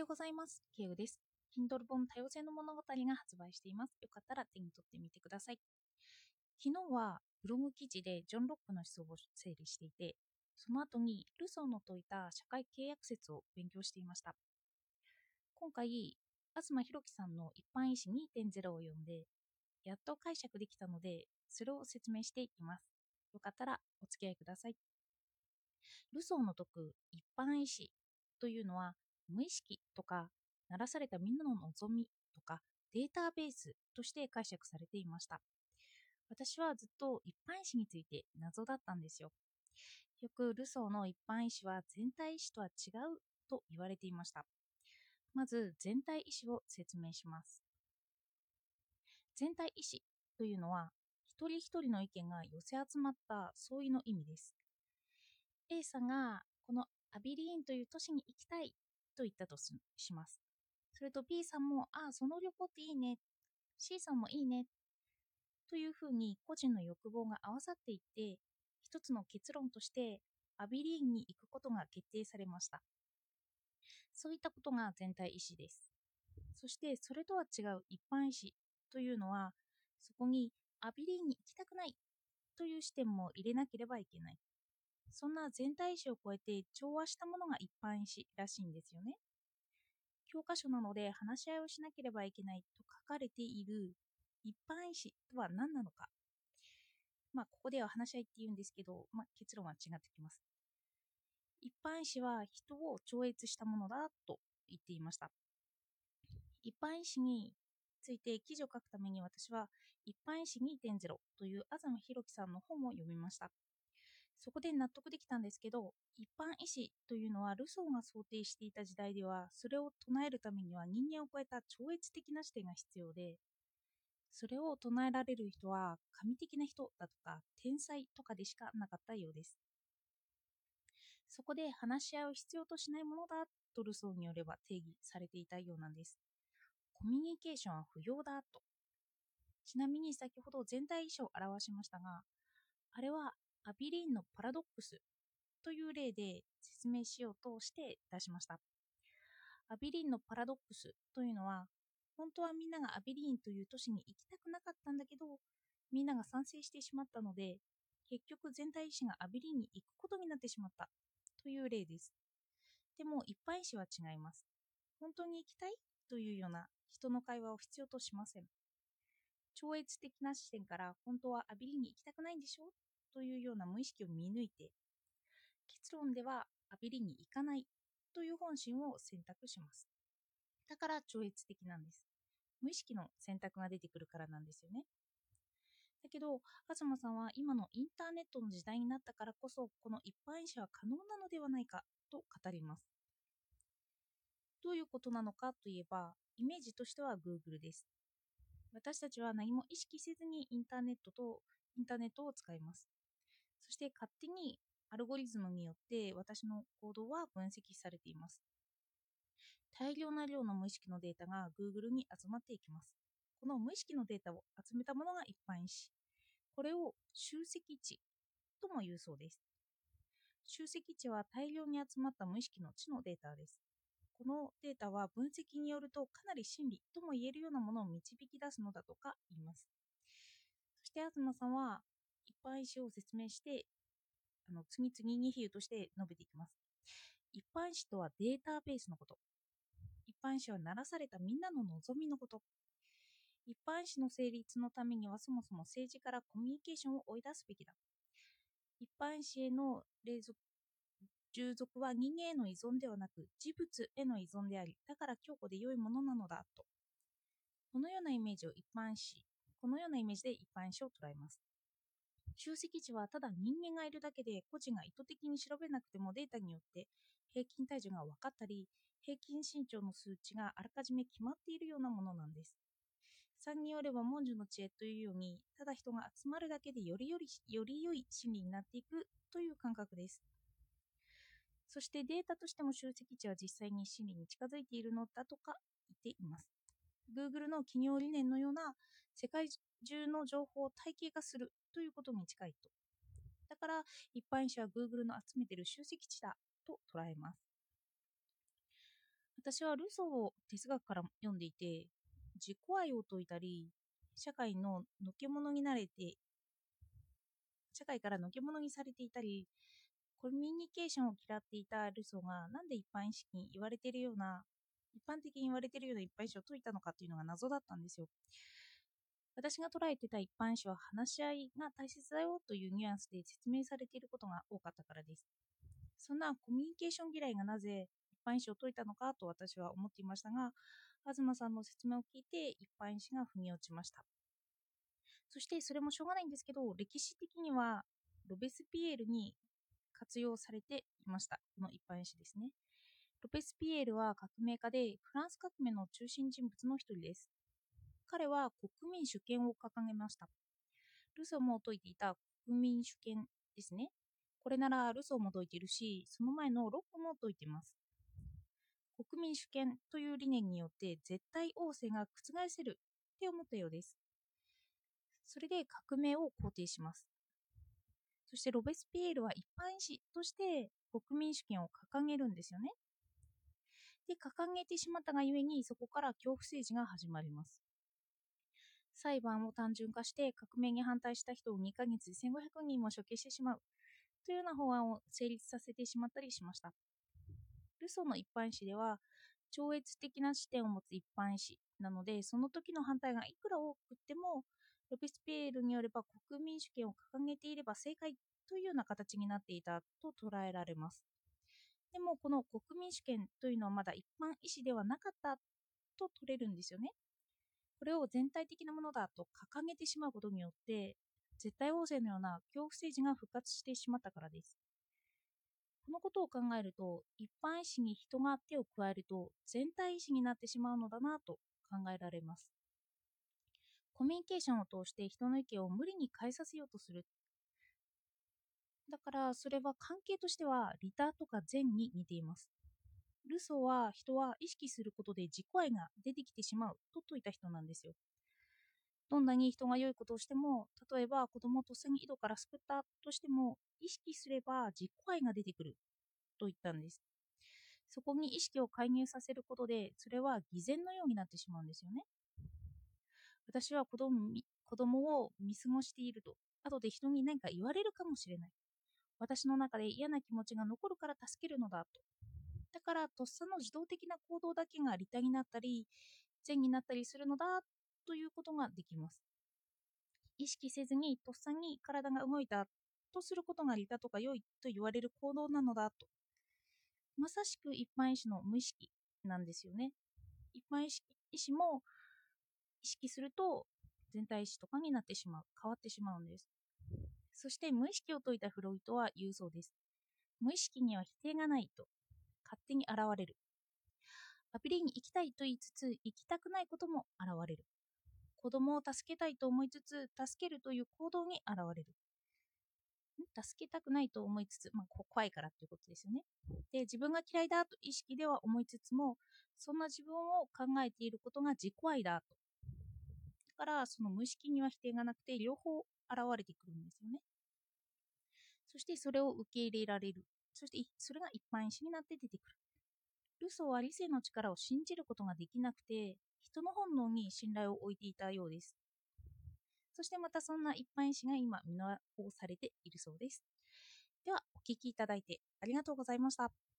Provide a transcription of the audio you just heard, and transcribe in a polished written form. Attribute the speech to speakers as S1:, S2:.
S1: ようございます。ケイウです。Kindle 本多様性の物語が発売しています。よかったら手に取ってみてください。昨日はブログ記事でジョン・ロックの思想を整理していて、その後にルソーの説いた社会契約説を勉強していました。今回、東博樹さんの一般意思2.0を読んで、やっと解釈できたので、それを説明していきます。よかったらお付き合いください。ルソーの説く一般意思というのは、無意識とか、鳴らされたみんなの望みとか、データベースとして解釈されていました。私はずっと一般意思について謎だったんですよ。よくルソーの一般意思は全体意思とは違うと言われていました。まず全体意思を説明します。全体意思というのは、一人一人の意見が寄せ集まった相違の意味です。A さんがこのアビリーンという都市に行きたいと言ったとします。それと B さんも、その旅行っていいね。C さんもいいね。というふうに個人の欲望が合わさっていって、一つの結論としてアビリーンに行くことが決定されました。そういったことが全体意思です。そしてそれとは違う一般意思というのは、そこにアビリーンに行きたくないという視点も入れなければいけない。そんな全体意思を超えて調和したものが一般意思らしいんですよね。教科書なので話し合いをしなければいけないと書かれている一般意思とは何なのか。ここでは話し合いって言うんですけど、結論は違ってきます。一般意思は人を超越したものだと言っていました。一般意思について記事を書くために私は一般意思2.0という東博樹さんの本を読みました。そこで納得できたんですけど、一般意思というのはルソーが想定していた時代では、それを唱えるためには人間を超えた超越的な視点が必要で、それを唱えられる人は神的な人だとか天才とかでしかなかったようです。そこで話し合いを必要としないものだとルソーによれば定義されていたようなんです。コミュニケーションは不要だと。ちなみに先ほど全体意思を表しましたが、あれはアビリーンのパラドックスという例で説明しようとして出しました。アビリーンのパラドックスというのは、本当はみんながアビリーンという都市に行きたくなかったんだけど、みんなが賛成してしまったので、結局全体意思がアビリーンに行くことになってしまったという例です。でも一般意思は違います。本当に行きたいというような人の会話を必要としません。超越的な視点から本当はアビリーンに行きたくないんでしょというような無意識を見抜いて、結論ではアビリーンに行かないという本心を選択します。だから超越的なんです。無意識の選択が出てくるからなんですよね。だけど、東さんは今のインターネットの時代になったからこそ、この一般意思は可能なのではないかと語ります。どういうことなのかといえば、イメージとしては Google です。私たちは何も意識せずにインターネットを使います。そして勝手にアルゴリズムによって私の行動は分析されています。大量な量の無意識のデータが Google に集まっていきます。この無意識のデータを集めたものが一般意思。これを集積値とも言うそうです。集積値は大量に集まった無意識の知のデータです。このデータは分析によるとかなり真理とも言えるようなものを導き出すのだとか言います。そして東さんは一般意思を説明して次々に比喩として述べていきます。一般意思とはデータベースのこと。一般意思はならされたみんなの望みのこと。一般意思の成立のためにはそもそも政治からコミュニケーションを追い出すべきだ。一般意思への従属は人間への依存ではなく事物への依存であり、だから強固で良いものなのだと。このようなイメージで一般意思を捉えます。集積値はただ人間がいるだけで個人が意図的に調べなくてもデータによって平均体重が分かったり平均身長の数値があらかじめ決まっているようなものなんです。3によれば文殊の知恵というようにただ人が集まるだけでより良い心理になっていくという感覚です。そしてデータとしても集積値は実際に心理に近づいているのだとか言っています。Google の企業理念のような世界中の情報を体系化するということに近いと。だから一般意思は Google の集めている集積値だと捉えます。 私はルソーを哲学から読んでいて、自己愛を説いたり、社会ののけ者になれて、社会からのけ者にされていたり、コミュニケーションを嫌っていたルソーがなんで一般意識に言われているような、一般的に言われているような一般意識を説いたのかっていうのが謎だったんですよ。私が捉えてた一般意識は話し合いが大切だよというニュアンスで説明されていることが多かったからです。そんなコミュニケーション嫌いがなぜ一般意思を解いたのかと私は思っていましたが、東さんの説明を聞いて一般意思が腑に落ちました。そしてそれもしょうがないんですけど、歴史的にはロベスピエールに活用されていました。この一般意思ですね。ロベスピエールは革命家でフランス革命の中心人物の一人です。彼は国民主権を掲げました。ルソーも説いていた国民主権ですね。これならルソーも説いているし、その前のロックも説いています。国民主権という理念によって絶対王政が覆せるって思ったようです。それで革命を肯定します。そしてロベスピエールは一般意思として国民主権を掲げるんですよね。で、掲げてしまったがゆえにそこから恐怖政治が始まります。裁判を単純化して革命に反対した人を2ヶ月で1500人も処刑してしまうというような法案を成立させてしまったりしました。ルソーの一般意思では超越的な視点を持つ一般意思なので、その時の反対がいくら多くてもロベスピエールによれば国民主権を掲げていれば正解というような形になっていたと捉えられます。でもこの国民主権というのはまだ一般意思ではなかったと取れるんですよね。これを全体的なものだと掲げてしまうことによって絶対王政のような恐怖政治が復活してしまったからです。このことを考えると、一般意思に人が手を加えると全体意思になってしまうのだなと考えられます。コミュニケーションを通して人の意見を無理に変えさせようとする。だからそれは関係としては利他とか善に似ています。ルソーは人は意識することで自己愛が出てきてしまうと説いた人なんですよ。どんなに人が良いことをしても、例えば子供をとっさに井戸から救ったとしても、意識すれば自己愛が出てくると言ったんです。そこに意識を介入させることで、それは偽善のようになってしまうんですよね。私は子供を見過ごしていると、後で人に何か言われるかもしれない。私の中で嫌な気持ちが残るから助けるのだと。だから、とっさの自動的な行動だけが利他になったり、善になったりするのだということができます。意識せずにとっさに体が動いたとすることが利他とか良いと言われる行動なのだと。まさしく一般意識の無意識なんですよね。一般意識も意識すると全体意識とかになってしまう、変わってしまうんです。そして無意識を説いたフロイトは言うそうです。無意識には否定がないと、勝手に現れる。アピリに行きたいと言いつつ、行きたくないことも現れる。子供を助けたいと思いつつ、助けるという行動に現れる。助けたくないと思いつつ、怖いからということですよね。で、自分が嫌いだと意識では思いつつも、そんな自分を考えていることが自己愛だと。だから、その無意識には否定がなくて、両方現れてくるんですよね。そしてそれを受け入れられる。そしてそれが一般意思になって出てくる。ルソーは理性の力を信じることができなくて、人の本能に信頼を置いていたようです。そしてまたそんな一般医師が今見直されているそうです。では、お聞きいただいてありがとうございました。